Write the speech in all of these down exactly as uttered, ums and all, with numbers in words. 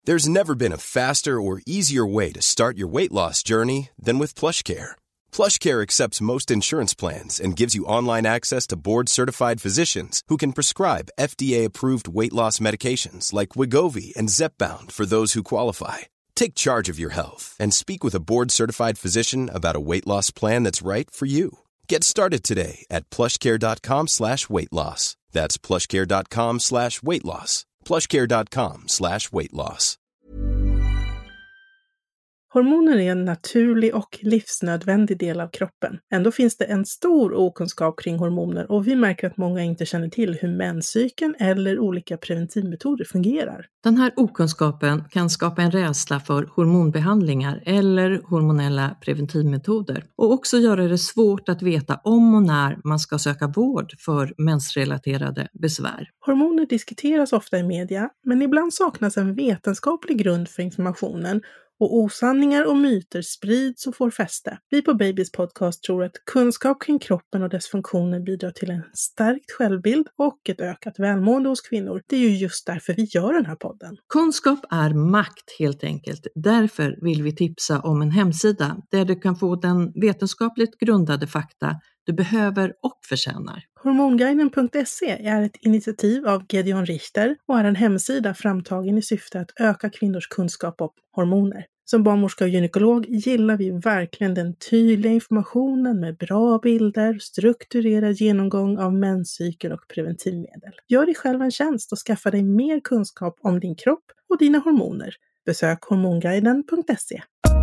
There's never been a faster or easier way to start your weight loss journey than with PlushCare. PlushCare accepts most insurance plans and gives you online access to board-certified physicians who can prescribe F D A-approved weight loss medications like Wegovy and Zepbound for those who qualify. Take charge of your health and speak with a board-certified physician about a weight loss plan that's right for you. Get started today at plushcare.com slash weight loss. That's plushcare.com slash weight loss. plushcare.com slash weight loss. Hormoner är en naturlig och livsnödvändig del av kroppen. Ändå finns det en stor okunskap kring hormoner och vi märker att många inte känner till hur menscykeln eller olika preventivmetoder fungerar. Den här okunskapen kan skapa en rädsla för hormonbehandlingar eller hormonella preventivmetoder och också göra det svårt att veta om och när man ska söka vård för mensrelaterade besvär. Hormoner diskuteras ofta i media, men ibland saknas en vetenskaplig grund för informationen och osanningar och myter sprids och får fäste. Vi på Babys podcast tror att kunskap kring kroppen och dess funktioner bidrar till en stärkt självbild och ett ökat välmående hos kvinnor. Det är ju just därför vi gör den här podden. Kunskap är makt helt enkelt. Därför vill vi tipsa om en hemsida där du kan få den vetenskapligt grundade fakta du behöver och förtjänar. Hormonguiden punkt se är ett initiativ av Gedeon Richter och är en hemsida framtagen i syfte att öka kvinnors kunskap om hormoner. Som barnmorska och gynekolog gillar vi verkligen den tydliga informationen med bra bilder, strukturerad genomgång av menscykel och preventivmedel. Gör dig själv en tjänst och skaffa dig mer kunskap om din kropp och dina hormoner. Besök hormonguiden punkt se.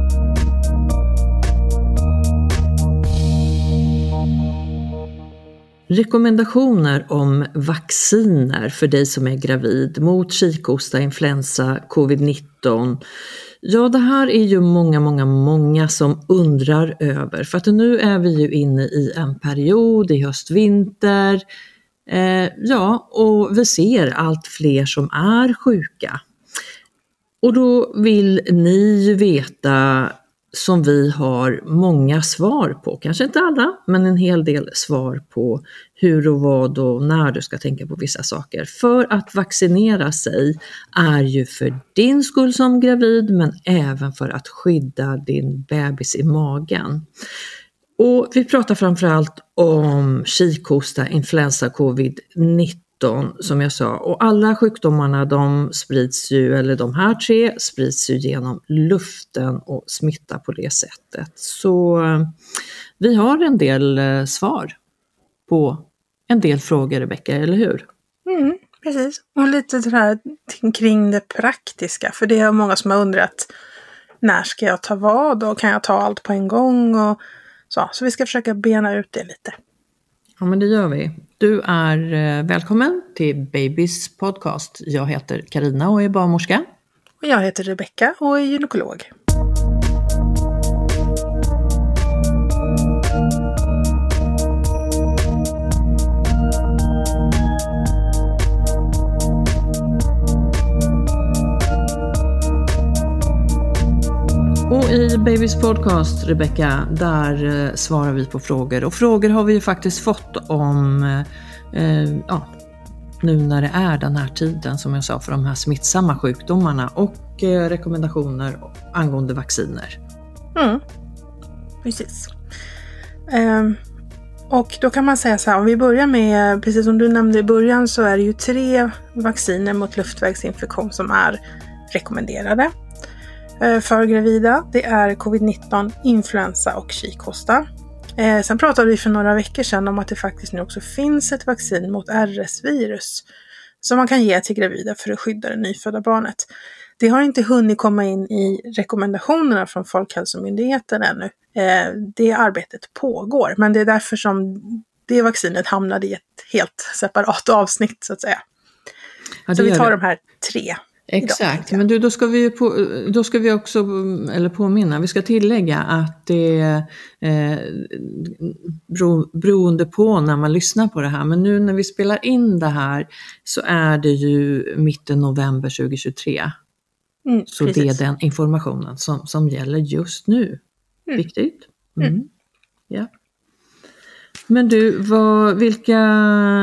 Rekommendationer om vacciner för dig som är gravid mot kikhosta, influensa, covid nitton. Ja, det här är ju många, många, många som undrar över. För att nu är vi ju inne i en period i höst-vinter. Eh, ja, och vi ser allt fler som är sjuka. Och då vill ni ju veta, som vi har många svar på, kanske inte alla, men en hel del svar på hur och vad och när du ska tänka på vissa saker. För att vaccinera sig är ju för din skull som gravid, men även för att skydda din bebis i magen. Och vi pratar framförallt om kikhosta, influensa, covid nitton som jag sa, och alla sjukdomarna de sprids ju, eller de här tre sprids ju genom luften och smittar på det sättet. Så vi har en del svar på en del frågor, Rebecka, eller hur? Mm, precis. Och lite det här kring det praktiska, för det är många som har undrat, när ska jag ta vad och kan jag ta allt på en gång och så. Så vi ska försöka bena ut det lite. Ja, men det gör vi. Du är välkommen till Babys podcast. Jag heter Karina och är barnmorska. Och jag heter Rebecka och är gynekolog. Och i Babys podcast, Rebecka, där eh, svarar vi på frågor. Och frågor har vi ju faktiskt fått om, eh, ja, nu när det är den här tiden, som jag sa, för de här smittsamma sjukdomarna och eh, rekommendationer angående vacciner. Mm, precis. Um, och då kan man säga så här, om vi börjar med, precis som du nämnde i början, så är det ju tre vacciner mot luftvägsinfektion som är rekommenderade för gravida. Det är covid nitton, influensa och kikhosta. Eh, sen pratade vi för några veckor sedan om att det faktiskt nu också finns ett vaccin mot R S-virus som man kan ge till gravida för att skydda det nyfödda barnet. Det har inte hunnit komma in i rekommendationerna från Folkhälsomyndigheten ännu. Eh, det arbetet pågår, men det är därför som det vaccinet hamnade i ett helt separat avsnitt, så att säga. Ja, så vi tar det. De här tre. Exakt, idag, men du, då ska vi på, då ska vi också, eller påminna, vi ska tillägga att det eh, bero, beroende på när man lyssnar på det här, men nu när vi spelar in det här så är det ju mitten november tjugohundratjugotre. Mm, så precis. Det är den informationen som, som gäller just nu. Mm. Viktigt. Mm. Mm. Ja. Men du, vad, vilka,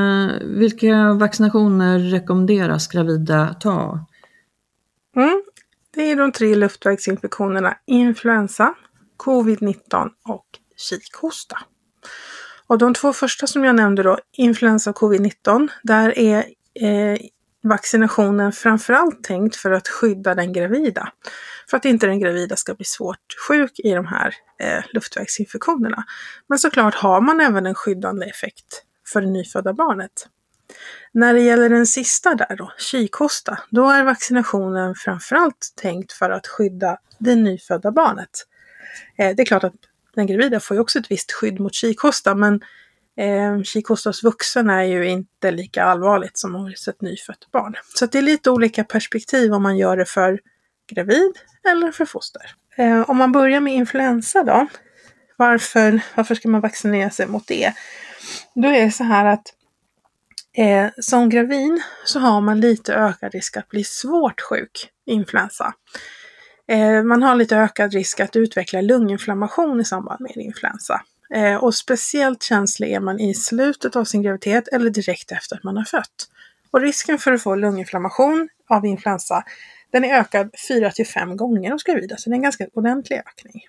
vilka vaccinationer rekommenderas gravida ta? Mm. Det är de tre luftvägsinfektionerna influensa, covid nitton och kikhosta. Och de två första som jag nämnde då, influensa och covid nitton, där är eh, vaccinationen framförallt tänkt för att skydda den gravida. För att inte den gravida ska bli svårt sjuk i de här eh, luftvägsinfektionerna. Men såklart har man även en skyddande effekt för det nyfödda barnet. När det gäller den sista där då, kikhosta, då är vaccinationen framförallt tänkt för att skydda det nyfödda barnet. Eh, det är klart att den gravida får ju också ett visst skydd mot kikhosta, men eh, kikhosta hos vuxen är ju inte lika allvarligt som hos ett nyfött barn. Så det är lite olika perspektiv om man gör det för gravid eller för foster. Eh, om man börjar med influensa då, varför, varför ska man vaccinera sig mot det? Då är det så här att eh, som gravid så har man lite ökad risk att bli svårt sjuk i influensa. Eh, man har lite ökad risk att utveckla lunginflammation i samband med influensa. Eh, och speciellt känslig är man i slutet av sin graviditet eller direkt efter att man har fött. Och risken för att få lunginflammation av influensa, den är ökad fyra till fem gånger hos gravida, så det är en ganska ordentlig ökning.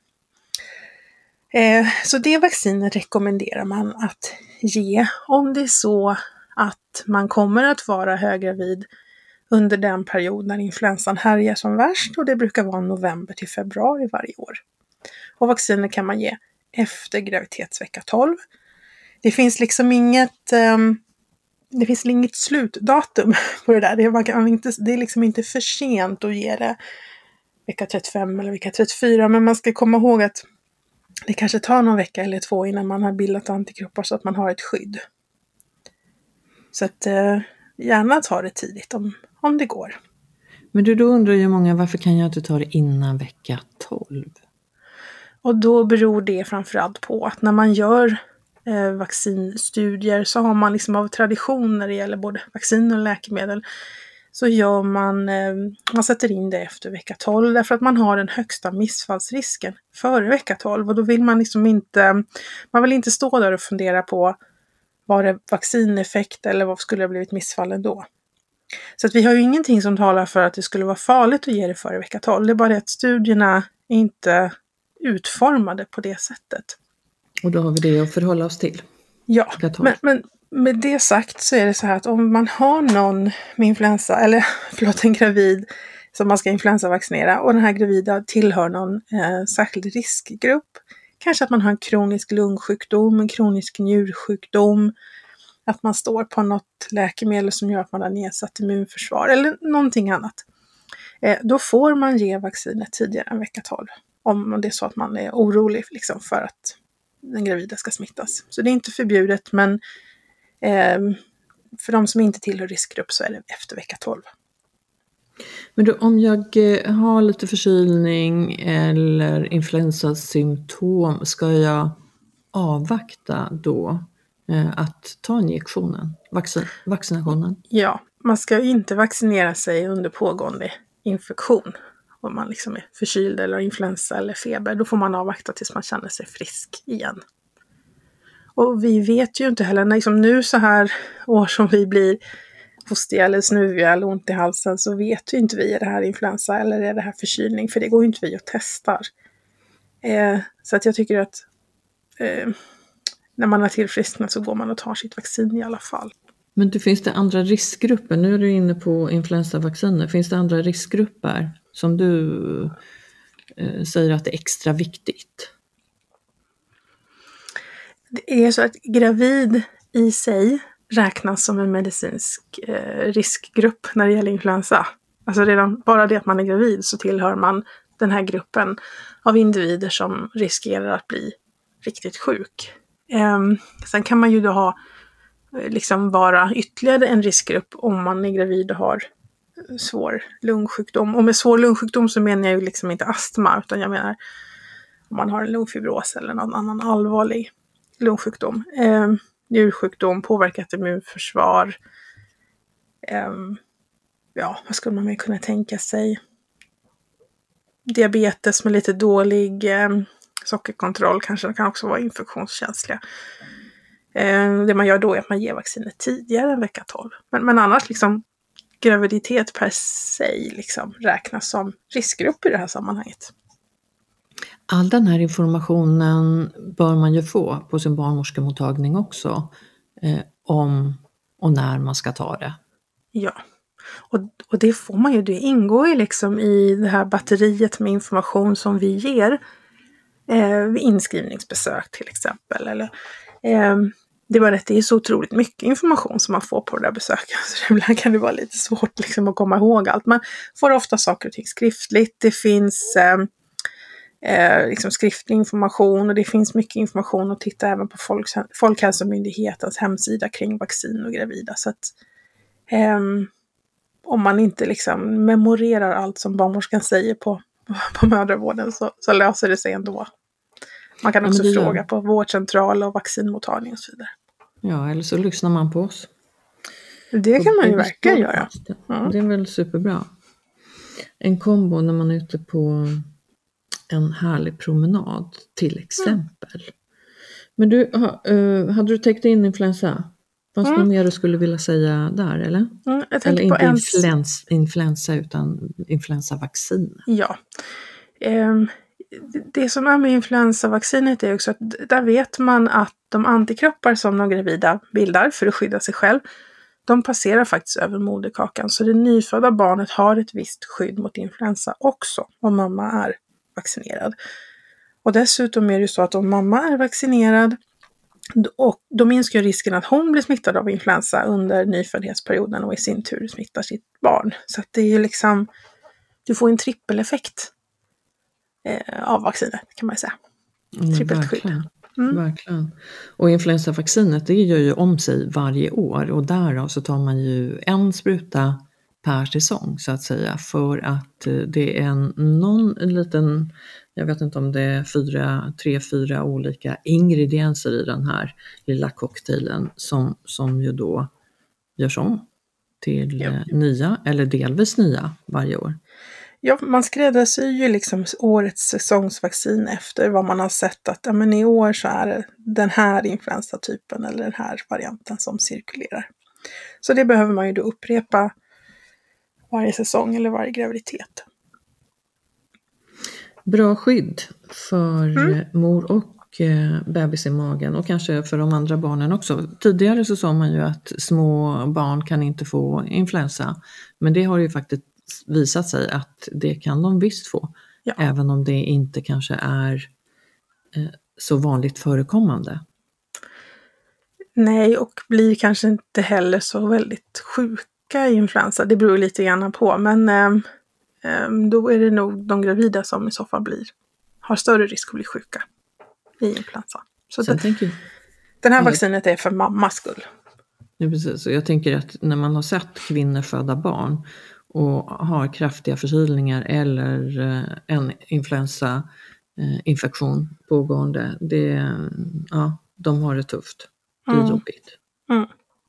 Eh, så det vaccinet rekommenderar man att ge om det är så att man kommer att vara höggravid under den period när influensan härjar som värst, och det brukar vara november till februari varje år. Och vaccinet kan man ge efter graviditetsvecka tolv. Det finns liksom inget, um, det finns inget slutdatum på det där. Det är, man kan inte, det är liksom inte för sent att ge det vecka trettiofem eller vecka trettiofyra, men man ska komma ihåg att det kanske tar någon vecka eller två innan man har bildat antikroppar så att man har ett skydd. Så att uh, gärna ta det tidigt om, om det går. Men du, då undrar ju många, varför kan jag inte ta det innan vecka tolv? Och då beror det framförallt på att när man gör eh, vaccinstudier så har man liksom av tradition när det gäller både vaccin och läkemedel, så gör man, eh, man sätter in det efter vecka tolv därför att man har den högsta missfallsrisken före vecka tolv, och då vill man liksom inte, man vill inte stå där och fundera på var det vaccineffekt eller vad skulle det ha blivit missfallen då. Så att vi har ju ingenting som talar för att det skulle vara farligt att ge det före vecka tolv, det är bara det att studierna inte utformade på det sättet. Och då har vi det att förhålla oss till. Ja, men, men med det sagt så är det så här att om man har någon med influensa, eller förlåt en gravid som man ska influensavaccinera, och den här gravida tillhör någon eh, särskild riskgrupp, kanske att man har en kronisk lungsjukdom, en kronisk njursjukdom, att man står på något läkemedel som gör att man har nedsatt immunförsvar eller någonting annat. Eh, då får man ge vaccinet tidigare än vecka tolv. Om det är så att man är orolig liksom, för att den gravida ska smittas. Så det är inte förbjudet, men eh, för de som inte tillhör riskgrupp så är det efter vecka tolv. Men då, om jag har lite förkylning eller influensasymptom, ska jag avvakta då eh, att ta injektionen, vaccin, vaccinationen? Ja, man ska inte vaccinera sig under pågående infektion. Om man liksom är förkyld eller influensa eller feber, då får man avvakta tills man känner sig frisk igen. Och vi vet ju inte heller, liksom nu så här år som vi blir hostiga eller snuviga eller ont i halsen, så vet ju inte vi är det här influensa eller är det här förkylning, för det går ju inte vi och testar. Eh, så att jag tycker att eh, när man har tillfrisknat så går man och tar sitt vaccin i alla fall. Men det finns det andra riskgrupper? Nu är du inne på influensavacciner. Finns det andra riskgrupper som du eh, säger att det är extra viktigt? Det är så att gravid i sig räknas som en medicinsk eh, riskgrupp när det gäller influensa. Alltså redan bara det att man är gravid så tillhör man den här gruppen av individer som riskerar att bli riktigt sjuk. Eh, sen kan man ju då ha liksom vara ytterligare en riskgrupp om man är gravid och har svår lungsjukdom. Och med svår lungsjukdom så menar jag ju liksom inte astma, utan jag menar om man har en lungfibros eller någon annan allvarlig lungsjukdom. Eh, njursjukdom, påverkat immunförsvar. Eh, ja, vad skulle man mer kunna tänka sig? Diabetes med lite dålig eh, sockerkontroll kanske kan också vara infektionskänsliga. Eh, det man gör då är att man ger vaccinet tidigare än vecka tolv. Men, men annars liksom graviditet per se liksom räknas som riskgrupp i det här sammanhanget. All den här informationen bör man ju få på sin barnmorskemottagning också, eh, om och när man ska ta det. Ja, och, och det får man ju, det ingår ju liksom i det här batteriet med information som vi ger eh, vid inskrivningsbesök till exempel. Eller, eh, det var rätt, det är så otroligt mycket information som man får på det där besöket, så ibland kan det vara lite svårt liksom att komma ihåg allt. Man får ofta saker och ting skriftligt, det finns eh, Eh, liksom skriftlig information och det finns mycket information att titta även på Folks, Folkhälsomyndighetens hemsida kring vaccin och gravida. Så att eh, om man inte liksom memorerar allt som barnmorskan säger på, på mödravården så, så löser det sig ändå. Man kan också ja, fråga gör... på vårdcentral och vaccinmottagning och så vidare. Ja, eller så lyssnar man på oss. Det kan man ju verkligen göra. Ja. Det är väl superbra. En kombo när man är ute på en härlig promenad till exempel. Mm. Men du, ha, uh, hade du täckt in influensa? Fanns det mm. något mer du skulle vilja säga där, eller? Mm, jag eller inte ens... influens, influensa utan influensavaccin. Ja. Um, det som är med influensavaccinet är också att där vet man att de antikroppar som de gravida bildar för att skydda sig själv, de passerar faktiskt över moderkakan. Så det nyfödda barnet har ett visst skydd mot influensa också om mamma är vaccinerad. Och dessutom är det ju så att om mamma är vaccinerad och då minskar risken att hon blir smittad av influensa under nyföddhetsperioden och i sin tur smittar sitt barn. Så att det är ju liksom, du får en trippeleffekt eh, av vaccinet kan man säga. Trippelt skydd. Mm, mm. Verkligen. Och influensavaccinet det gör ju om sig varje år och därav så tar man ju en spruta per säsong så att säga, för att det är en, någon en liten, jag vet inte om det är fyra, tre, fyra olika ingredienser i den här lilla cocktailen som, som ju då görs om till ja. nya eller delvis nya varje år. Ja, man skräddarsyr ju liksom årets säsongsvaccin efter vad man har sett att ja, men i år så är det den här influensatypen eller den här varianten som cirkulerar. Så det behöver man ju då upprepa varje säsong eller varje graviditet. Bra skydd för mm. mor och eh, bebis i magen och kanske för de andra barnen också. Tidigare så sa man ju att små barn kan inte få influensa, men det har ju faktiskt visat sig att det kan de visst få, ja. Även om det inte kanske är eh, så vanligt förekommande. Nej, och blir kanske inte heller så väldigt sjuka i influensa. Det beror lite grann på, men eh, då är det nog de gravida som i så fall blir, har större risk att bli sjuka i influensa. Så det, tänker, den här vaccinet är för mammas skull. Ja, precis. Och jag tänker att när man har sett kvinnor föda barn och har kraftiga förkylningar eller en influensainfektion pågående, det, ja, de har det tufft. Det är mm. jobbigt. Mm.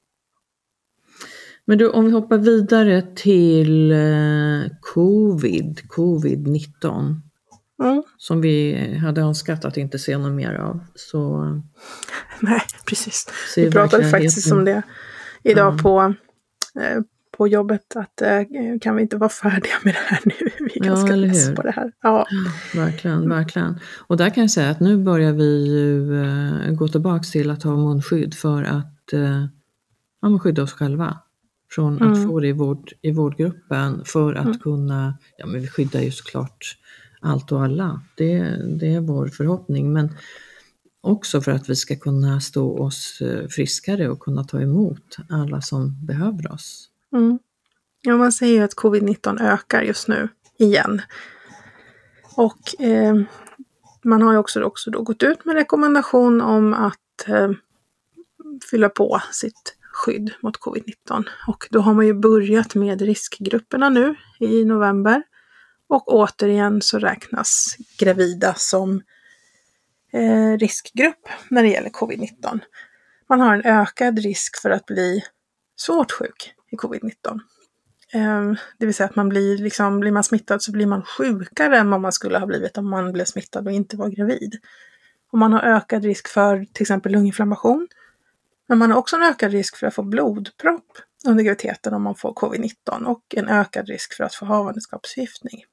Men du, om vi hoppar vidare till covid, covid nitton. Mm. Som vi hade önskat att inte se något mer av. Så nej, precis. Vi pratade faktiskt om det idag mm. på, eh, på jobbet. Att eh, kan vi inte vara färdiga med det här nu? Vi är ja, ganska less på det här. Ja. Ja, verkligen, verkligen. Och där kan jag säga att nu börjar vi ju eh, gå tillbaka till att ha munskydd för att eh, ja, skydda oss själva. Från mm. att få det i, vård, i vårdgruppen för att mm. kunna, ja men vi skyddar ju såklart allt och alla. Det, det är vår förhoppning, men också för att vi ska kunna stå oss friskare och kunna ta emot alla som behöver oss. Mm. Ja, man säger ju att covid nitton ökar just nu igen. Och eh, man har ju också, också då gått ut med rekommendation om att eh, fylla på sitt skydd mot covid nitton. Och då har man ju börjat med riskgrupperna nu i november. Och återigen så räknas gravida som eh, riskgrupp när det gäller covid nitton. Man har en ökad risk för att bli svårt sjuk i covid nitton. Eh, det vill säga att man blir, liksom, blir man smittad så blir man sjukare än vad man skulle ha blivit om man blev smittad och inte var gravid. Och man har ökad risk för till exempel lunginflammation. Men man har också en ökad risk för att få blodpropp under graviditeten om man får covid nitton och en ökad risk för att få havandeskapsförgiftning.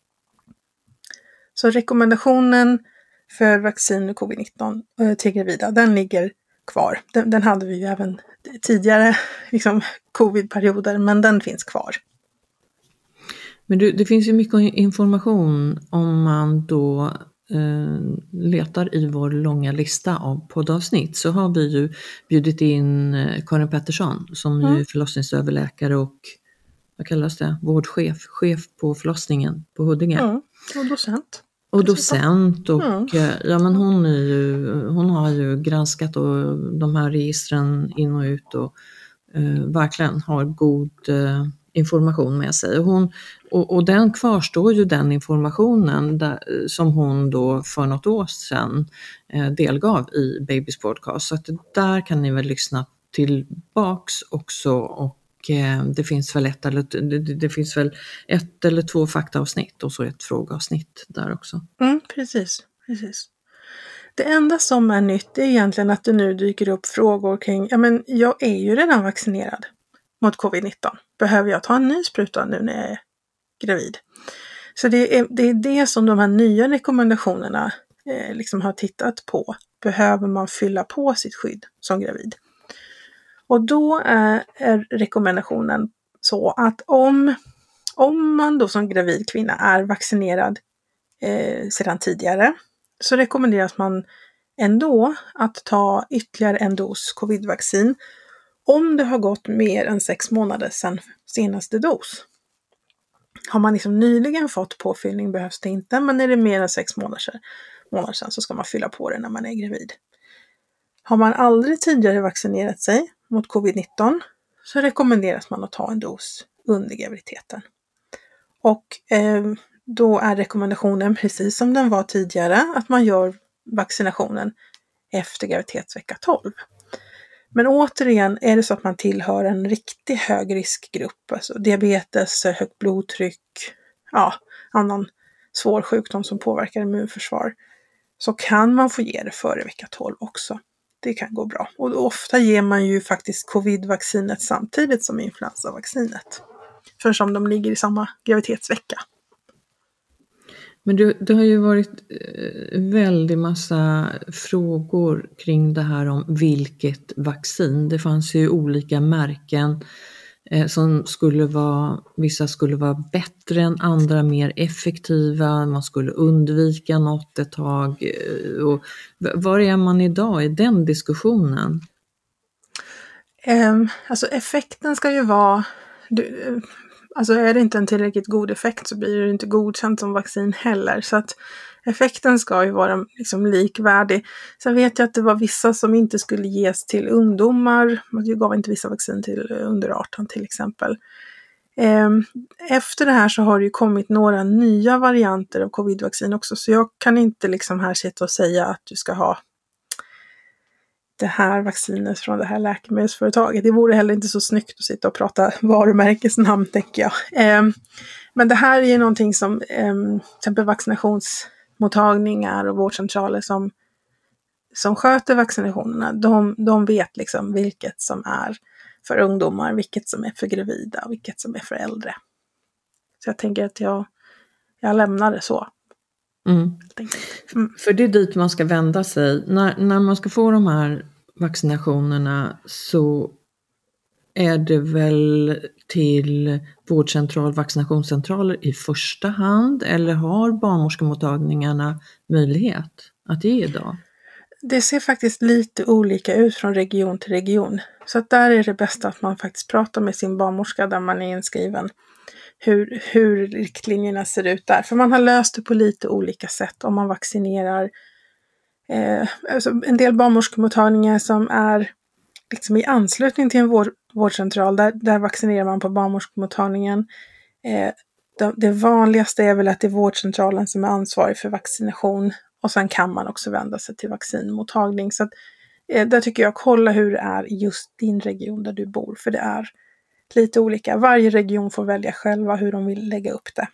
Så rekommendationen för vaccin och covid nitton till gravida, den ligger kvar. Den, den hade vi ju även tidigare liksom, covid-perioder, men den finns kvar. Men du, det finns ju mycket information om man då eh, letar i vår långa lista av poddavsnitt, så har vi ju bjudit in Karin Pettersson som mm. är förlossningsöverläkare och vad kallas det? Vårdchef, chef på förlossningen på Huddinge. Mm. Och docent. Och docent och mm. ja, men hon, är ju, hon har ju granskat och de här registren in och ut och eh, verkligen har god eh, information med sig. Och, hon, och, och den kvarstår ju den informationen där, som hon då för något år sedan eh, delgav i Babys podcast. Så att där kan ni väl lyssna tillbaks också, och eh, det finns väl ett eller, det, det finns väl ett eller två faktaavsnitt och så ett frågeavsnitt där också. Mm, precis, precis. Det enda som är nytt är egentligen att det nu dyker upp frågor kring, ja men jag är ju redan vaccinerad mot covid nitton. Behöver jag ta en ny spruta nu när jag är gravid? Så det är det, är det som de här nya rekommendationerna eh, liksom har tittat på. Behöver man fylla på sitt skydd som gravid? Och då är, är rekommendationen så att om, om man då som gravid kvinna är vaccinerad eh, sedan tidigare, så rekommenderas man ändå att ta ytterligare en dos covidvaccin om det har gått mer än sex månader sedan senaste dos. Har man liksom nyligen fått påfyllning behövs det inte, men är det mer än sex månader sedan, månader sedan så ska man fylla på det när man är gravid. Har man aldrig tidigare vaccinerat sig mot covid nitton så rekommenderas man att ta en dos under graviditeten. Och eh, då är rekommendationen precis som den var tidigare att man gör vaccinationen efter graviditetsvecka tolv. Men återigen, är det så att man tillhör en riktigt hög riskgrupp, alltså diabetes, högt blodtryck, ja, annan svår sjukdom som påverkar immunförsvar, så kan man få ge det före vecka tolv också. Det kan gå bra. Och ofta ger man ju faktiskt covidvaccinet samtidigt som influensavaccinet, för som de ligger i samma graviditetsvecka. Men det, det har ju varit väldigt massa frågor kring det här om vilket vaccin. Det fanns ju olika märken eh, som skulle vara, vissa skulle vara bättre än andra, mer effektiva, man skulle undvika något ett tag. Och var är man idag i den diskussionen? Um, alltså effekten ska ju vara... Du, Alltså är det inte en tillräckligt god effekt så blir det inte godkänt som vaccin heller. Så att effekten ska ju vara liksom likvärdig. Sen vet jag att det var vissa som inte skulle ges till ungdomar. Man gav inte vissa vaccin till under arton till exempel. Efter det här så har det ju kommit några nya varianter av covidvaccin också. Så jag kan inte liksom här sitta och säga att du ska ha det här vaccinet från det här läkemedelsföretaget. Det vore heller inte så snyggt att sitta och prata varumärkesnamn, tänker jag. Eh, men det här är ju någonting som eh, till exempel vaccinationsmottagningar och vårdcentraler som, som sköter vaccinationerna, de, de vet liksom vilket som är för ungdomar, vilket som är för gravida och vilket som är för äldre. Så jag tänker att jag, jag lämnar det så. Mm. Mm. För det är dit man ska vända sig. När, när man ska få de här vaccinationerna så är det väl till vårdcentral, vaccinationscentraler i första hand, eller har barnmorskemottagningarna möjlighet att ge idag? Det ser faktiskt lite olika ut från region till region. Så att där är det bästa att man faktiskt pratar med sin barnmorska där man är inskriven. Hur, hur riktlinjerna ser ut där. För man har löst det på lite olika sätt om man vaccinerar. Eh, alltså en del barnmorskemottagningar som är liksom i anslutning till en vård, vårdcentral. Där, där vaccinerar man på barnmorskemottagningen. Eh, det, det vanligaste är väl att det är vårdcentralen som är ansvarig för vaccination. Och sen kan man också vända sig till vaccinmottagning. Så att, eh, där tycker jag kolla hur det är i just din region där du bor. För det är lite olika. Varje region får välja själva hur de vill lägga upp det.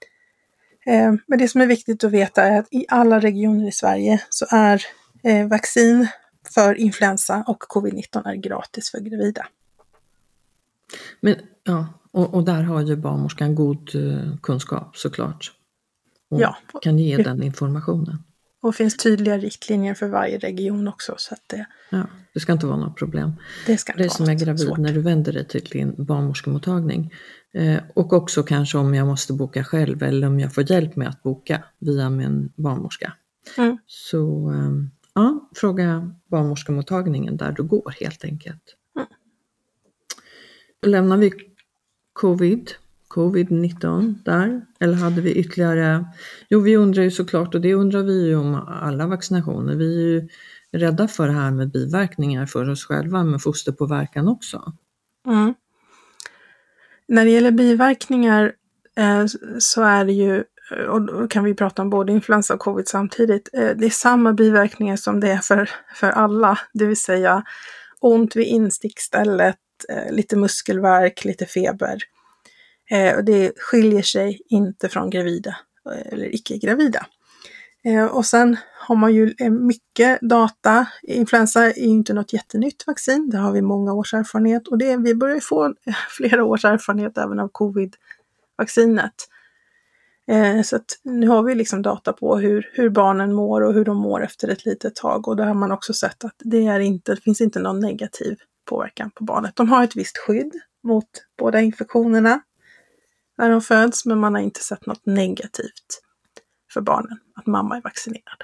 Eh, men det som är viktigt att veta är att i alla regioner i Sverige så är eh, vaccin för influensa och covid nitton är gratis för gravida. Men ja, och, och där har ju barnmorskan god uh, kunskap såklart. Och ja. kan ge den informationen. Och det finns tydliga riktlinjer för varje region också. Så att det, ja, det ska inte vara något problem. Det ska inte det vara som är gravid svårt. När du vänder dig till din barnmorskemottagning. Eh, och också kanske om jag måste boka själv eller om jag får hjälp med att boka via min barnmorska. Mm. Så eh, ja, fråga barnmorskemottagningen där du går helt enkelt. Mm. Lämnar vi covid, covid nitton där? Eller hade vi ytterligare? Jo, vi undrar ju såklart, och det undrar vi ju om alla vaccinationer. Vi är ju rädda för det här med biverkningar för oss själva, med fosterpåverkan också. Mm. När det gäller biverkningar eh, så är det ju, och då kan vi prata om både influensa och covid samtidigt, eh, det är samma biverkningar som det är för, för alla. Det vill säga ont vid instickstället, eh, lite muskelvärk, lite feber. Eh, och det skiljer sig inte från gravida eller icke-gravida. Eh, och sen har man ju mycket data. Influensa är ju inte något jättenytt vaccin. Det har vi många års erfarenhet. Och det, vi börjar få flera års erfarenhet även av covid-vaccinet. Eh, så att nu har vi liksom data på hur, hur barnen mår och hur de mår efter ett litet tag. Och där har man också sett att det, är inte, det finns inte någon negativ påverkan på barnet. De har ett visst skydd mot båda infektionerna när de föds, men man har inte sett något negativt för barnen att mamma är vaccinerad.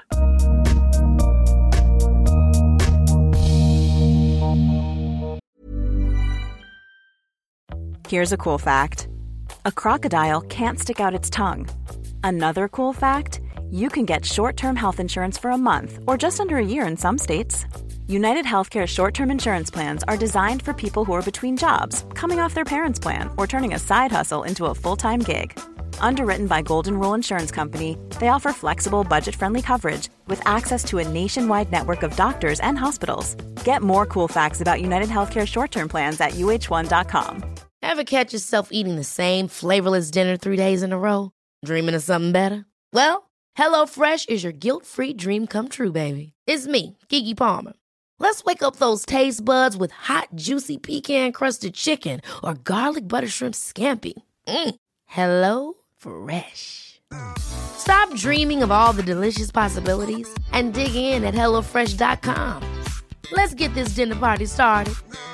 Here's a cool fact. A crocodile can't stick out its tongue. Another cool fact, you can get short-term health insurance for a month or just under a year in some states. United Healthcare short-term insurance plans are designed for people who are between jobs, coming off their parents' plan, or turning a side hustle into a full-time gig. Underwritten by Golden Rule Insurance Company, they offer flexible, budget-friendly coverage with access to a nationwide network of doctors and hospitals. Get more cool facts about United Healthcare short-term plans at U H one dot com. Ever catch yourself eating the same flavorless dinner three days in a row? Dreaming of something better? Well, HelloFresh is your guilt-free dream come true, baby. It's me, Keke Palmer. Let's wake up those taste buds with hot, juicy pecan-crusted chicken or garlic butter shrimp scampi. Mm. Hello Fresh. Stop dreaming of all the delicious possibilities and dig in at hello fresh dot com. Let's get this dinner party started.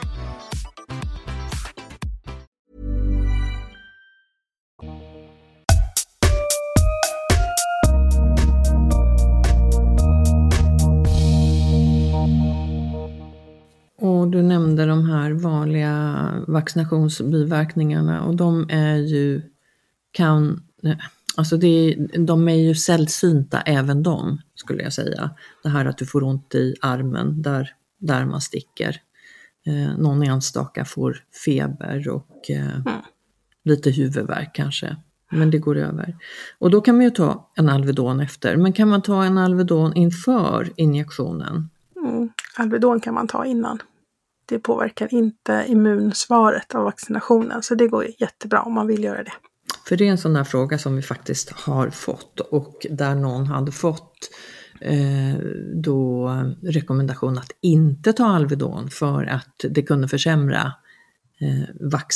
Och du nämnde de här vanliga vaccinationsbiverkningarna, och de är ju kan alltså det är, de är ju sällsynta även de, skulle jag säga. Det här att du får ont i armen där där man sticker. Eh, någon enstaka får feber och eh, mm. lite huvudvärk kanske. Men det går över. Och då kan man ju ta en Alvedon efter. Men kan man ta en Alvedon inför injektionen? Mm. Alvedon kan man ta innan. Det påverkar inte immunsvaret av vaccinationen. Så det går jättebra om man vill göra det. För det är en sån där fråga som vi faktiskt har fått. Och där någon hade fått eh, då rekommendation att inte ta Alvedon. För att det kunde försämra eh,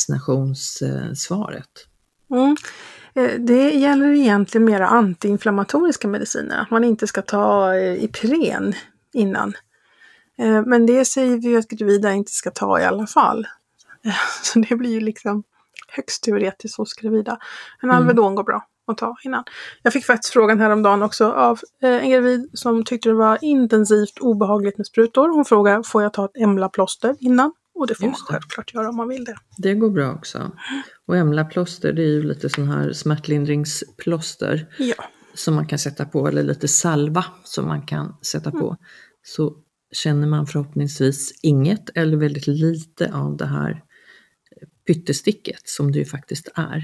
vaccinationssvaret. Mm. Det gäller egentligen mera antiinflammatoriska mediciner. Att man inte ska ta Ipren innan. Men det säger vi att gravida inte ska ta i alla fall. Så det blir ju liksom högst teoretiskt hos gravida. En Alvedon mm. går bra att ta innan. Jag fick faktiskt frågan häromdagen också av en gravid som tyckte det var intensivt obehagligt med sprutor. Hon frågade, får jag ta ett Emla-plåster innan? Och det får Just man det. självklart göra om man vill det. Det går bra också. Och Emla-plåster, det är ju lite sån här smärtlindringsplåster. Ja. Som man kan sätta på, eller lite salva som man kan sätta på. Mm. Så känner man förhoppningsvis inget eller väldigt lite av det här pyttesticket som det ju faktiskt är.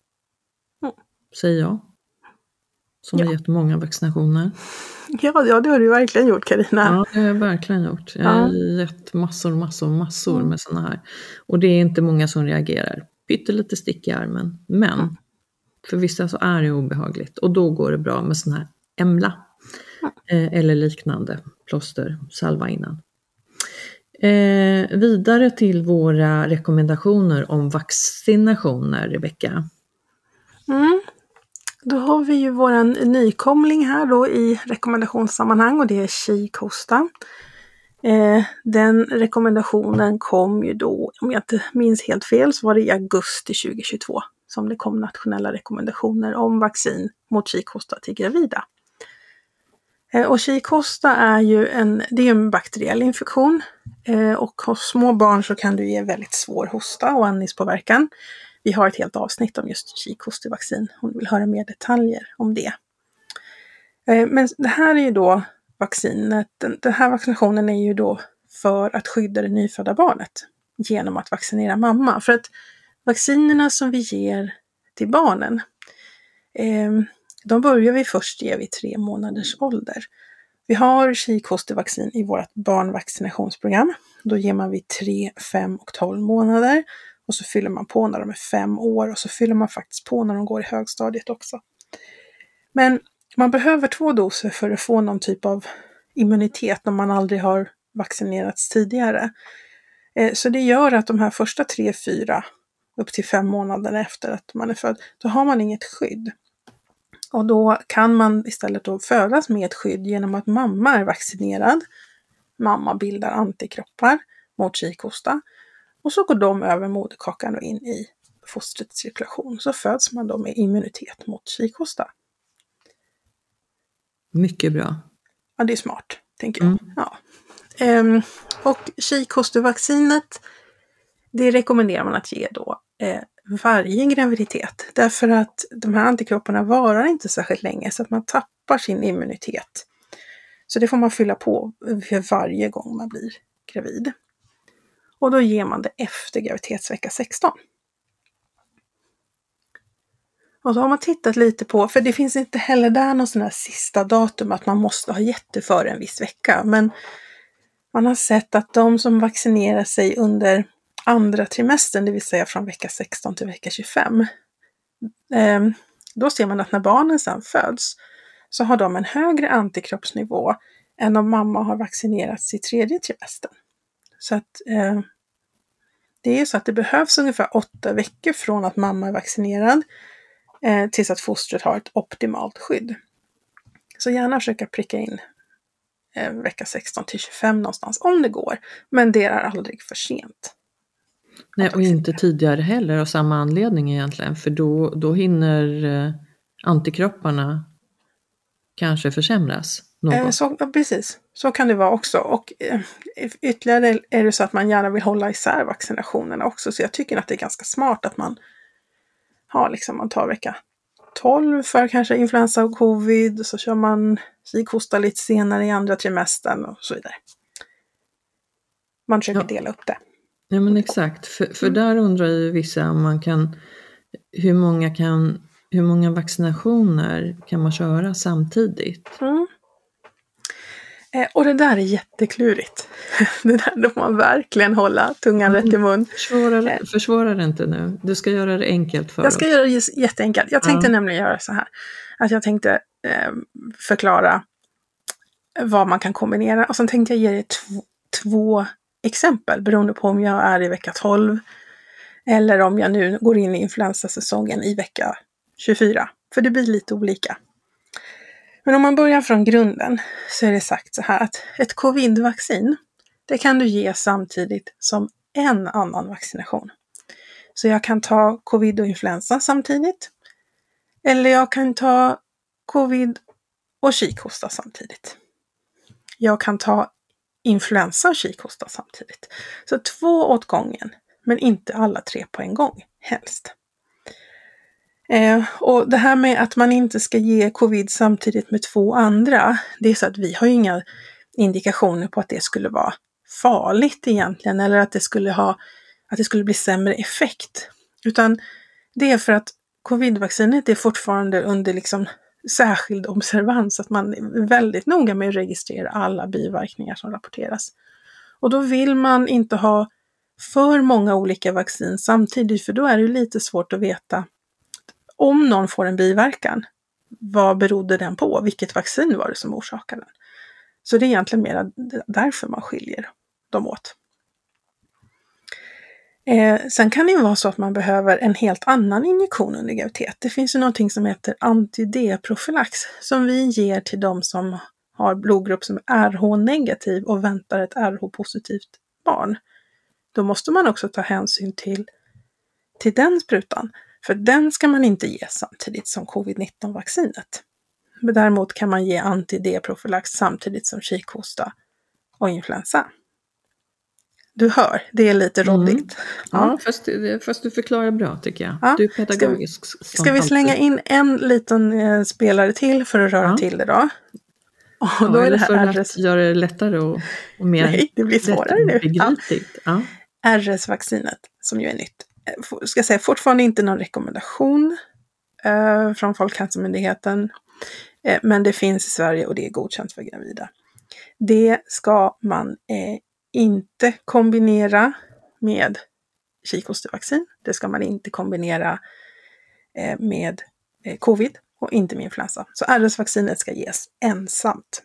Mm. Säger jag. Som ja. har gett många vaccinationer. Ja, ja, det har du verkligen gjort, Carina. Ja, det har jag verkligen gjort. Jag har ja. gett massor, massor, massor mm. med såna här. Och det är inte många som reagerar. Pyttelite stick i armen. Men mm. för vissa så är det obehagligt. Och då går det bra med sån här Emla. Mm. Eh, eller liknande plåster, salva innan. Eh, vidare till våra rekommendationer om vaccinationer, Rebecka. Mm. Då har vi ju våran nykomling här då i rekommendationssammanhang och det är kikhosta. Eh, den rekommendationen kom ju då, om jag inte minns helt fel, så var det i augusti tjugohundratjugotvå som det kom nationella rekommendationer om vaccin mot kikhosta till gravida. Eh, och kikhosta är ju en, det är en bakteriell infektion eh, och hos små barn så kan du ge väldigt svår hosta och andningspåverkan. Vi har ett helt avsnitt om just kikhostevaccin om du vill höra mer detaljer om det. Eh, men det här är ju då vaccinet, den, den här vaccinationen är ju då för att skydda det nyfödda barnet genom att vaccinera mamma. För att vaccinerna som vi ger till barnen, eh, de börjar vi först ge vid tre månaders ålder. Vi har kikhostevaccin i vårt barnvaccinationsprogram. Då ger man vid tre, fem och tolv månader. Och så fyller man på när de är fem år och så fyller man faktiskt på när de går i högstadiet också. Men man behöver två doser för att få någon typ av immunitet om man aldrig har vaccinerats tidigare. Så det gör att de här första tre, fyra upp till fem månader efter att man är född, då har man inget skydd. Och då kan man istället då födas med ett skydd genom att mamma är vaccinerad. Mamma bildar antikroppar mot kikhosta. Och så går de över moderkakan och in i fostrets cirkulation. Så föds man då med immunitet mot kikhosta. Mycket bra. Ja, det är smart, tänker jag. Mm. Ja. Ehm, och kikhostevaccinet, det rekommenderar man att ge då eh, varje graviditet. Därför att de här antikropparna varar inte särskilt länge så att man tappar sin immunitet. Så det får man fylla på för varje gång man blir gravid. Och då ger man det efter graviditetsvecka sexton. Och så har man tittat lite på, för det finns inte heller där någon sån här sista datum att man måste ha gett det före en viss vecka. Men man har sett att de som vaccinerar sig under andra trimestern, det vill säga från vecka sexton till vecka tjugofem. Eh, då ser man att när barnen sedan föds så har de en högre antikroppsnivå än om mamma har vaccinerats i tredje trimestern. Så att eh, det är så att det behövs ungefär åtta veckor från att mamma är vaccinerad eh, tills att fostret har ett optimalt skydd. Så gärna försöka pricka in eh, vecka sexton till tjugofem någonstans om det går. Men det är aldrig för sent. Nej, och inte tidigare heller av samma anledning egentligen. För då, då hinner eh, antikropparna kanske försämras något. Eh, så, ja, precis, så kan det vara också. Och eh, ytterligare är det så att man gärna vill hålla isär vaccinationerna också. Så jag tycker att det är ganska smart att man har liksom, man tar vecka tolv för kanske influensa och covid. Och så kör man kikhosta lite senare i andra trimestern och så vidare. Man försöker ja. dela upp det. Ja, men exakt. För, för mm. där undrar ju vissa om man kan, hur många kan, hur många vaccinationer kan man köra samtidigt? Mm. Eh, och det där är jätteklurigt. Det där då får man verkligen hålla tungan mm. rätt i mun. Försvåra, eh. försvåra det inte nu. Du ska göra det enkelt för Jag ska oss. göra det jätteenkelt. Jag tänkte ja. nämligen göra så här. Att jag tänkte eh, förklara vad man kan kombinera. Och sen tänkte jag ge dig två, två exempel beroende på om jag är i vecka tolv eller om jag nu går in i influensasäsongen i vecka tjugofyra. För det blir lite olika. Men om man börjar från grunden så är det sagt så här att ett covid-vaccin, det kan du ge samtidigt som en annan vaccination. Så jag kan ta covid och influensa samtidigt. Eller jag kan ta covid och kikhosta samtidigt. Jag kan ta influensa och kikhosta samtidigt. Så två åt gången, men inte alla tre på en gång, helst. Eh, och det här med att man inte ska ge covid samtidigt med två andra, det är så att vi har ju inga indikationer på att det skulle vara farligt egentligen, eller att det skulle ha, att det skulle bli sämre effekt. Utan det är för att covid-vaccinet är fortfarande under liksom särskild observans, att man är väldigt noga med att registrera alla biverkningar som rapporteras. Och då vill man inte ha för många olika vaccin samtidigt, för då är det lite svårt att veta om någon får en biverkan. Vad berodde den på? Vilket vaccin var det som orsakade den? Så det är egentligen mer därför man skiljer dem åt. Eh, sen kan det ju vara så att man behöver en helt annan injektion under graviditet. Det finns ju någonting som heter anti-D-profylax som vi ger till de som har blodgrupp som är R H-negativ och väntar ett R H-positivt barn. Då måste man också ta hänsyn till, till den sprutan. För den ska man inte ge samtidigt som covid nitton-vaccinet. Men däremot kan man ge anti-D-profylax samtidigt som kikhosta och influensa. Du hör, det är lite råddigt. Mm. Ja, ja fast, fast du förklarar bra tycker jag. Ja. Du är pedagogisk. Ska, ska vi slänga in en liten eh, spelare till för att röra ja. till det då? Och ja, då är eller det här för R S... att göra det lättare och, och mer Nej, det blir svårare nu. Begripligt. Ja. Ja. R S-vaccinet som ju är nytt. Ska jag säga fortfarande inte någon rekommendation eh, från Folkhälsomyndigheten. Eh, men det finns i Sverige och det är godkänt för gravida. Det ska man eh, inte kombinera med kikhostevaccin. Det ska man inte kombinera eh, med eh, covid och inte med influensa. Så R S-vaccinet ska ges ensamt.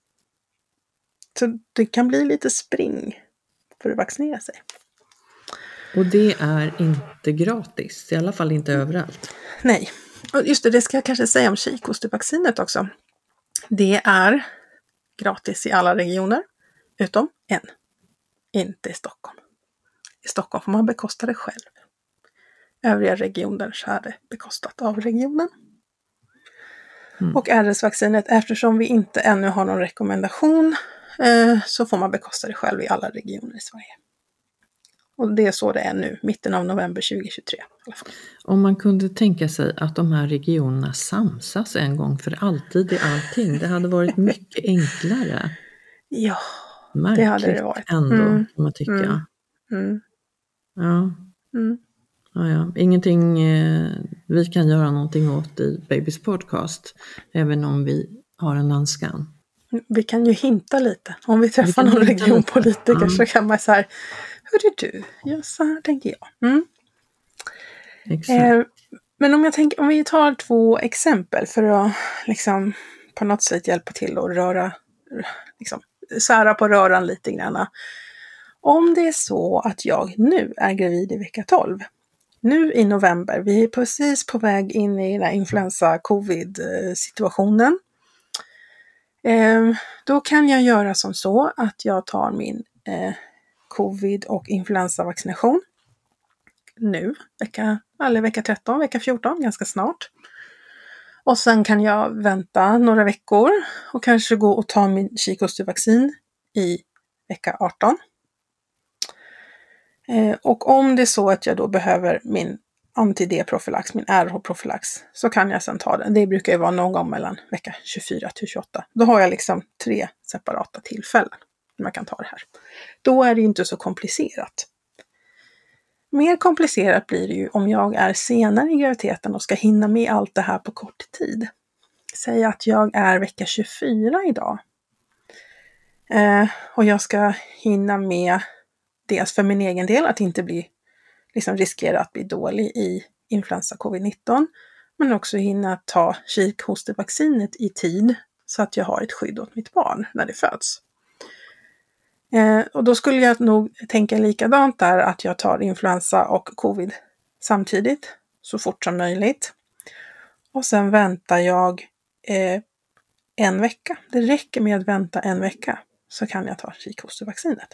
Så det kan bli lite spring för att vaccinera sig. Och det är inte gratis, i alla fall inte överallt. Nej, och just det, det ska jag kanske säga om kikhostevaccinet också. Det är gratis i alla regioner, utom en. Inte i Stockholm. I Stockholm får man bekosta det själv. Övriga regioner så är det bekostat av regionen. Mm. Och R S-vaccinet, eftersom vi inte ännu har någon rekommendation, eh, så får man bekosta det själv i alla regioner i Sverige. Och det är så det är nu, mitten av november tjugohundratjugotre. I alla fall. Om man kunde tänka sig att de här regionerna samsas en gång för alltid i allting, det hade varit mycket enklare. Ja, märkligt det hade det varit. Ändå, mm. kan man tycka. Mm. Mm. Ja. Mm. Ja, ja. Ingenting eh, vi kan göra någonting åt i Babys podcast, även om vi har en önskan. Vi kan ju hinta lite. Om vi träffar vi någon regionpolitiker ja. så kan man så här, hörru du, ja, så här tänker jag. Mm. Eh, men om jag tänker, om vi tar två exempel för att liksom på något sätt hjälpa till att röra, liksom sära på röran lite grann. Om det är så att jag nu är gravid i vecka tolv, nu i november, vi är precis på väg in i den här influensa-covid-situationen. Eh, då kan jag göra som så att jag tar min eh, covid- och influensavaccination nu, vecka, eller vecka tretton, vecka fjorton, ganska snart. Och sen kan jag vänta några veckor och kanske gå och ta min kikhostevaccin i vecka arton. Eh, och om det är så att jag då behöver min anti-D-profylax, min R H-profylax, så kan jag sen ta den. Det brukar ju vara någon gång mellan vecka tjugofyra till tjugoåtta. Då har jag liksom tre separata tillfällen när man kan ta det här. Då är det ju inte så komplicerat. Mer komplicerat blir det ju om jag är senare i graviditeten och ska hinna med allt det här på kort tid. Säg att jag är vecka tjugofyra idag. Eh, och jag ska hinna med dels för min egen del att inte bli, liksom riskera att bli dålig i influensa covid nitton. Men också hinna ta kikhostevaccinet i tid så att jag har ett skydd åt mitt barn när det föds. Eh, och då skulle jag nog tänka likadant där, att jag tar influensa och covid samtidigt så fort som möjligt. Och sen väntar jag eh, en vecka. Det räcker med att vänta en vecka så kan jag ta kikhostevaccinet.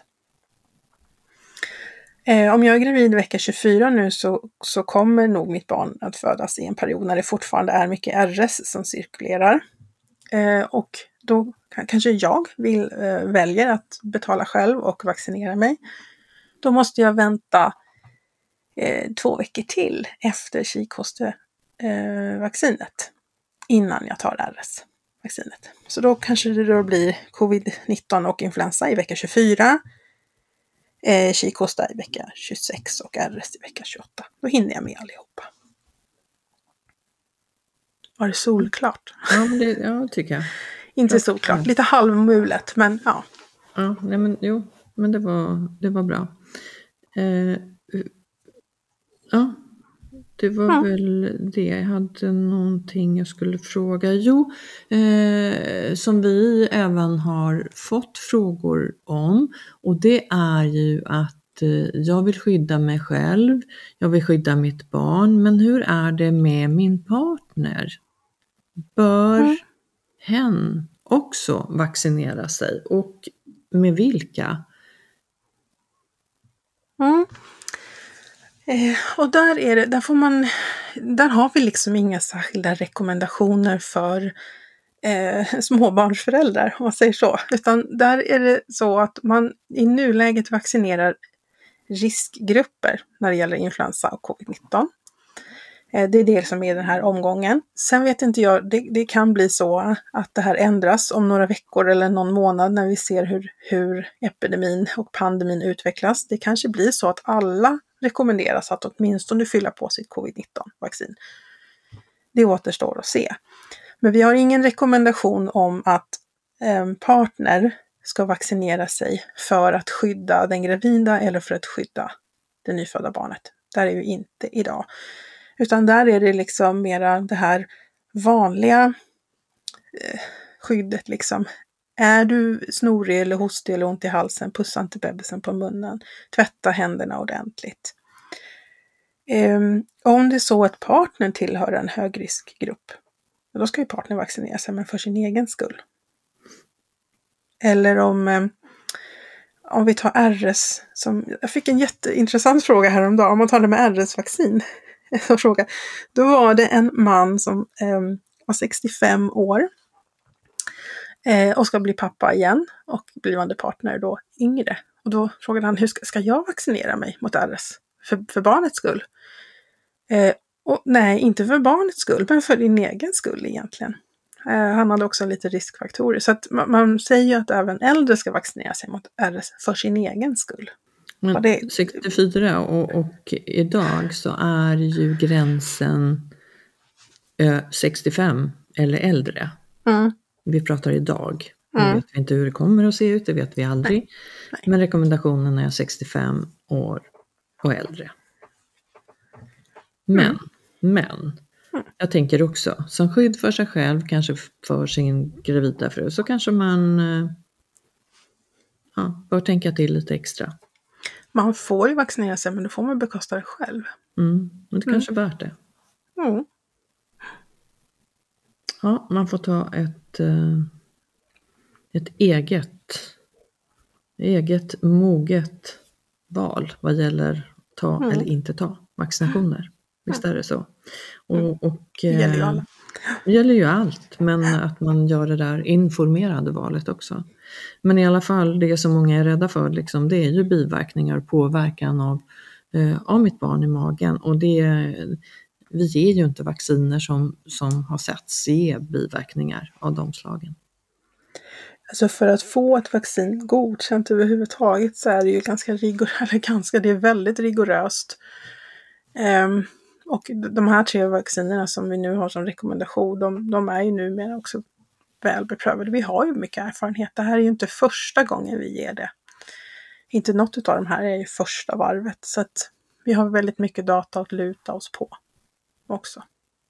Eh, om jag är gravid vecka tjugofyra nu så, så kommer nog mitt barn att födas i en period när det fortfarande är mycket R S som cirkulerar. Eh, och då kanske jag vill, eh, väljer att betala själv och vaccinera mig. Då måste jag vänta eh, två veckor till efter kikhostevaccinet eh, innan jag tar R S-vaccinet. Så då kanske det då blir covid nitton och influensa i vecka tjugofyra. Eh, kikhosta i vecka tjugosex och R S i vecka tjugoåtta. Då hinner jag med allihopa. Var det solklart? Ja, men det ja, tycker jag. Inte solklart, lite halvmulet, men ja. Ja, nej men jo, men det var, det var bra. Eh, ja, det var ja. väl det. Jag hade någonting jag skulle fråga. Jo, eh, som vi även har fått frågor om, och det är ju att jag vill skydda mig själv, jag vill skydda mitt barn, men hur är det med min partner? Bör mm. hen också vaccinera sig, och med vilka? Mm. Eh, och där är det, där får man, där har vi liksom inga särskilda rekommendationer för eh, småbarnsföräldrar, om man säger så. Utan där är det så att man i nuläget vaccinerar riskgrupper när det gäller influensa och covid nitton. Eh, det är det som är den här omgången. Sen vet inte jag, det, det kan bli så att det här ändras om några veckor eller någon månad när vi ser hur, hur epidemin och pandemin utvecklas. Det kanske blir så att alla rekommenderas att åtminstone fylla på sitt covid nitton-vaccin. Det återstår att se. Men vi har ingen rekommendation om att eh, partner ska vaccinera sig för att skydda den gravida eller för att skydda det nyfödda barnet. Där är vi inte idag. Utan där är det liksom mera det här vanliga eh, skyddet liksom. Är du snorig eller hostig eller ont i halsen, pussa inte bebisen på munnen. Tvätta händerna ordentligt. Um, om det är så att partnern tillhör en högriskgrupp, då ska ju partnern vaccinera sig, men för sin egen skull. Eller om, um, om vi tar R S, som, jag fick en jätteintressant fråga häromdagen, om man tar det med R S-vaccin. fråga. Då var det en man som um, var sextiofem år eh, och ska bli pappa igen, och blivande partner då yngre. Och då frågade han, hur ska, ska jag vaccinera mig mot R S? För, för barnets skull? Eh, och nej, inte för barnets skull, men för din egen skull egentligen. Eh, han hade också lite riskfaktorer. Så att man, man säger ju att även äldre ska vaccinera sig mot R S för sin egen skull. Men det, sextiofyra och, och idag så är ju gränsen eh, sextiofem eller äldre. Mm. Vi pratar idag. Mm. Nu vet vi inte hur det kommer att se ut, det vet vi aldrig. Nej. Nej. Men rekommendationen är sextiofem år och äldre. Men, mm. men, mm. jag tänker också, som skydd för sig själv, kanske för sin gravida fru, så kanske man ja, bör tänka till lite extra. Man får ju vaccinera sig, men då får man bekosta det själv. Mm, men det mm. kanske är värt det. Mm. Ja, man får ta ett, ett eget, eget moget val vad gäller ta mm. eller inte ta vaccinationer. Visst är det så. Och, och, det gäller ju alla. Det gäller ju allt, men att man gör det där informerade valet också. Men i alla fall, det som många är rädda för, liksom, det är ju biverkningar, påverkan av, eh, av mitt barn i magen. Och det, vi ger ju inte vacciner som, som har setts ge biverkningar av de slagen. Alltså för att få ett vaccin godkänt överhuvudtaget så är det ju ganska rigoröst, eller ganska, det är väldigt rigoröst. Um, och de här tre vaccinerna som vi nu har som rekommendation, de, de är ju numera också väl beprövade. Vi har ju mycket erfarenhet. Det här är ju inte första gången vi ger det. Inte något av de här är ju första varvet. Så att vi har väldigt mycket data att luta oss på också.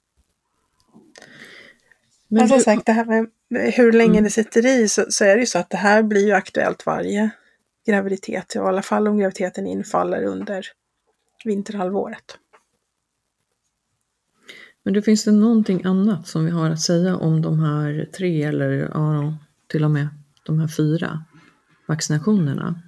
Men, Men som du... sagt, det här med hur länge mm. det sitter i, så, så är det ju så att det här blir ju aktuellt varje graviditet. I alla fall om graviditeten infaller under vinterhalvåret. Men det finns det någonting annat som vi har att säga om de här tre eller ja, till och med de här fyra vaccinationerna?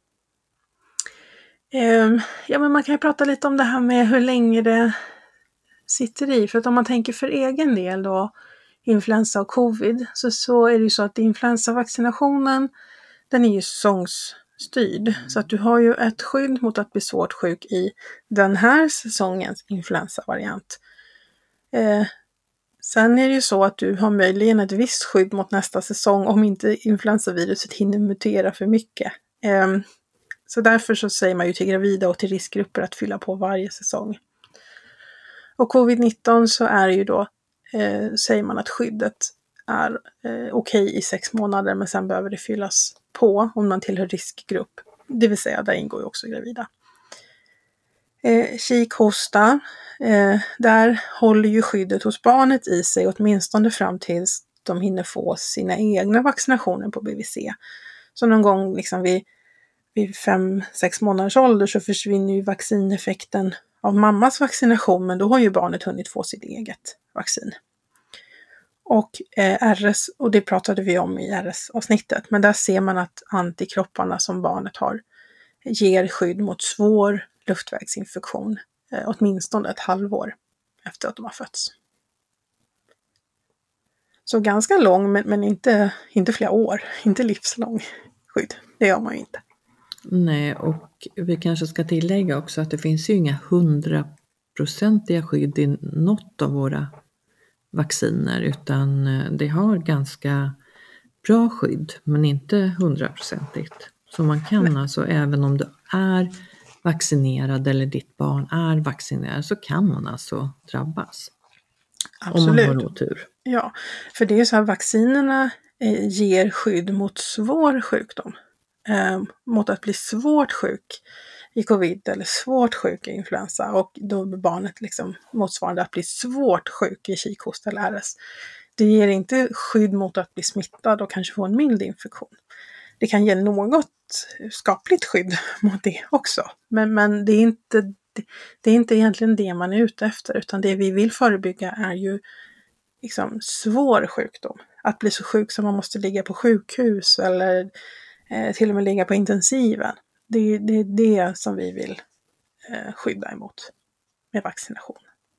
Um, ja, men man kan ju prata lite om det här med hur länge det sitter i. För att om man tänker för egen del då, influensa och covid, så, så är det ju så att influensavaccinationen, den är ju säsongsstyrd. Så att du har ju ett skydd mot att bli svårt sjuk i den här säsongens influensavariant. Eh, sen är det ju så att du har möjligen ett visst skydd mot nästa säsong om inte influensaviruset hinner mutera för mycket. Eh, så därför så säger man ju till gravida och till riskgrupper att fylla på varje säsong. Och covid nitton så är det ju då, eh, säger man att skyddet är eh, okej okay i sex månader, men sen behöver det fyllas på om man tillhör riskgrupp. Det vill säga, där ingår ju också gravida. Eh, kikhosta, eh, där håller ju skyddet hos barnet i sig åtminstone fram tills de hinner få sina egna vaccinationer på B V C. Så någon gång liksom vid vid fem sex månaders ålder så försvinner ju vaccineffekten av mammas vaccination, men då har ju barnet hunnit få sitt eget vaccin. Och eh, R S, och det pratade vi om i R S-avsnittet, men där ser man att antikropparna som barnet har ger skydd mot svår luftvägsinfektion eh, åtminstone ett halvår efter att de har fötts. Så ganska lång, men, men inte, inte flera år, inte livslång skydd. Det gör man ju inte. Nej, och vi kanske ska tillägga också att det finns ju inga hundraprocentiga skydd i något av våra vacciner, utan det har ganska bra skydd, men inte hundraprocentigt. Så man kan Nej. alltså, även om du är vaccinerad eller ditt barn är vaccinerad, så kan man alltså drabbas. Absolut. Om man har otur. Ja, för det är så här, vaccinerna eh, ger skydd mot svår sjukdom. Eh, mot att bli svårt sjuk i covid eller svårt sjuk i influensa, och då blir barnet liksom motsvarande att bli svårt sjuk i kikhosta eller R S. Det ger inte skydd mot att bli smittad och kanske få en mild infektion. Det kan ge något skapligt skydd mot det också, men, men det är inte det, det är inte egentligen det man är ute efter, utan det vi vill förebygga är ju liksom svår sjukdom. Att bli så sjuk som man måste ligga på sjukhus eller eh, till och med ligga på intensiven. Det, det är det som vi vill eh, skydda emot med vaccination.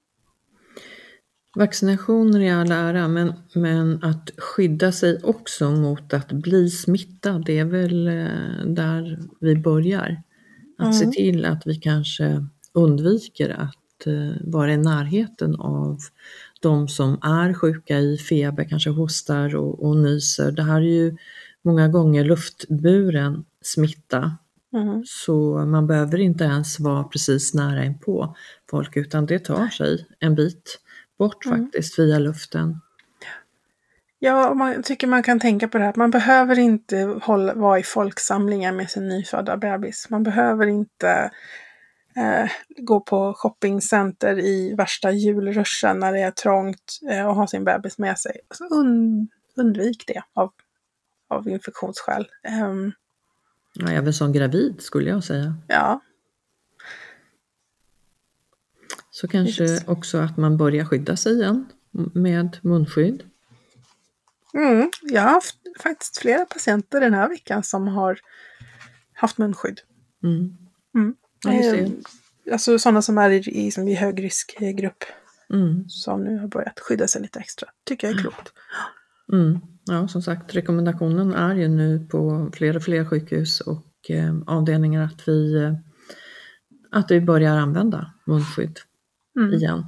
Vaccinationer i all ära, men, men att skydda sig också mot att bli smittad, det är väl eh, där vi börjar. Att mm. se till att vi kanske undviker att eh, vara i närheten av de som är sjuka i feber, kanske hostar och, och nyser. Det här är ju många gånger luftburen smitta. Mm. Så man behöver inte ens vara precis nära inpå folk, utan det tar sig en bit bort mm. faktiskt via luften. Ja, och man tycker man kan tänka på det här. Man behöver inte hålla, vara i folksamlingar med sin nyfödda bebis. Man behöver inte eh, gå på shoppingcenter i värsta julruschen när det är trångt eh, och ha sin bebis med sig. Alltså und, undvik det av, av infektionsskäl. Um, ja, även som gravid skulle jag säga. Ja. Så kanske Just. också att man börjar skydda sig igen med munskydd. Mm, jag har haft faktiskt flera patienter den här veckan som har haft munskydd. Mm. Mm. Eh, alltså sådana som är i, i, som i högriskgrupp. Mm. Som nu har börjat skydda sig lite extra. Tycker jag är klokt. Mm. Ja, som sagt, rekommendationen är ju nu på flera fler sjukhus och eh, avdelningar att vi, eh, att vi börjar använda munskydd mm. igen.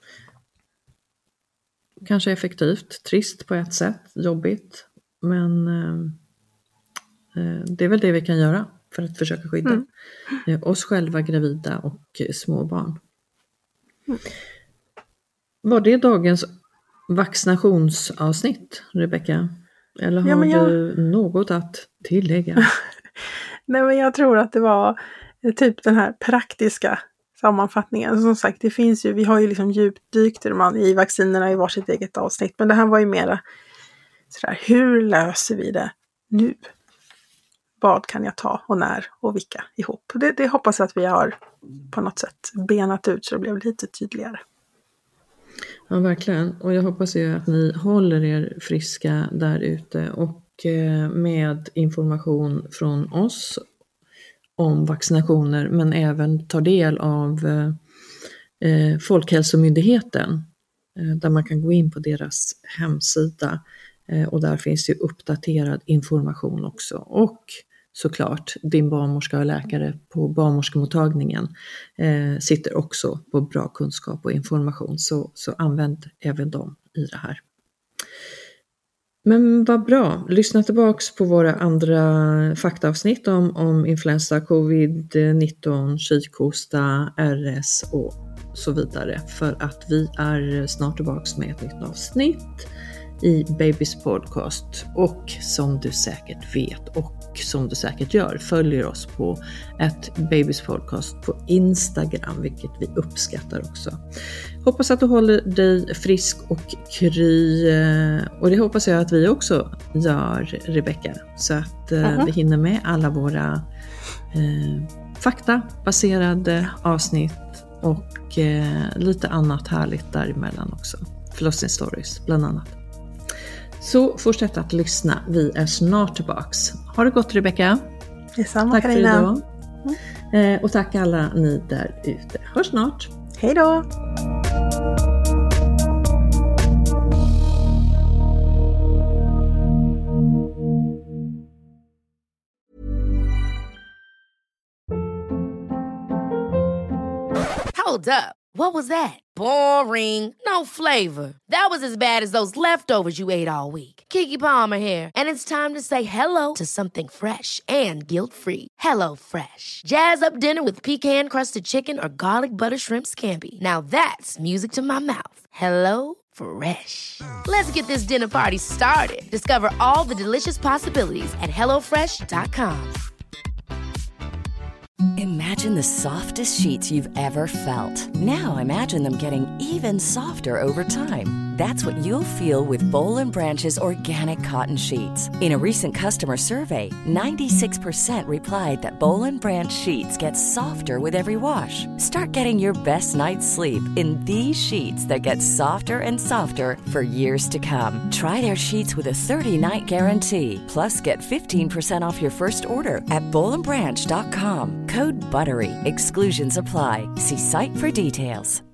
Kanske effektivt, trist på ett sätt, jobbigt, men eh, det är väl det vi kan göra för att försöka skydda mm. eh, oss själva, gravida och eh, småbarn. Mm. Var det dagens vaccinationsavsnitt, Rebecka? Eller har ja, jag... du något att tillägga? Nej, men jag tror att det var typ den här praktiska sammanfattningen. Som sagt, det finns ju, vi har ju liksom djupdykt i vaccinerna i varsitt eget avsnitt. Men det här var ju mera sådär, hur löser vi det nu? Vad kan jag ta och när och vilka ihop? Det, det hoppas jag att vi har på något sätt benat ut så det blev lite tydligare. Ja, verkligen. Och jag hoppas ju att ni håller er friska där ute och med information från oss om vaccinationer, men även tar del av eh, Folkhälsomyndigheten eh, där man kan gå in på deras hemsida eh, och där finns ju uppdaterad information också. Och såklart din barnmorska och läkare på barnmorskemottagningen eh, sitter också på bra kunskap och information, så, så använd även dem i det här. Men vad bra, lyssna tillbaks på våra andra faktaavsnitt om, om influensa, covid nitton, kikhosta, R S och så vidare. För att vi är snart tillbaks med ett nytt avsnitt i Babys podcast. Och som du säkert vet och och som du säkert gör, följer oss på at babyspodcast på Instagram, vilket vi uppskattar också. Hoppas att du håller dig frisk och kry, och det hoppas jag att vi också gör, Rebecca, så att uh-huh. vi hinner med alla våra uh, faktabaserade avsnitt och uh, lite annat härligt däremellan också. Förlossningsstories bland annat. Så fortsätt att lyssna, vi är snart tillbaks. Ha det gott, Rebecca. Detsamma, tack Carina. för idag. Mm. Eh, och tack alla ni där ute. Hörs snart. Hej då! Hold up. What was that? Boring. No flavor. That was as bad as those leftovers you ate all week. Keke Palmer here, and it's time to say hello to something fresh and guilt-free. Hello Fresh. Jazz up dinner with pecan-crusted chicken or garlic butter shrimp scampi. Now that's music to my mouth. Hello Fresh. Let's get this dinner party started. Discover all the delicious possibilities at hello fresh dot com. Imagine the softest sheets you've ever felt. Now imagine them getting even softer over time. That's what you'll feel with Boll and Branch's organic cotton sheets. In a recent customer survey, ninety-six percent replied that Boll and Branch sheets get softer with every wash. Start getting your best night's sleep in these sheets that get softer and softer for years to come. Try their sheets with a thirty-night guarantee. Plus, get fifteen percent off your first order at boll and branch dot com. Code BUTTERY. Exclusions apply. See site for details.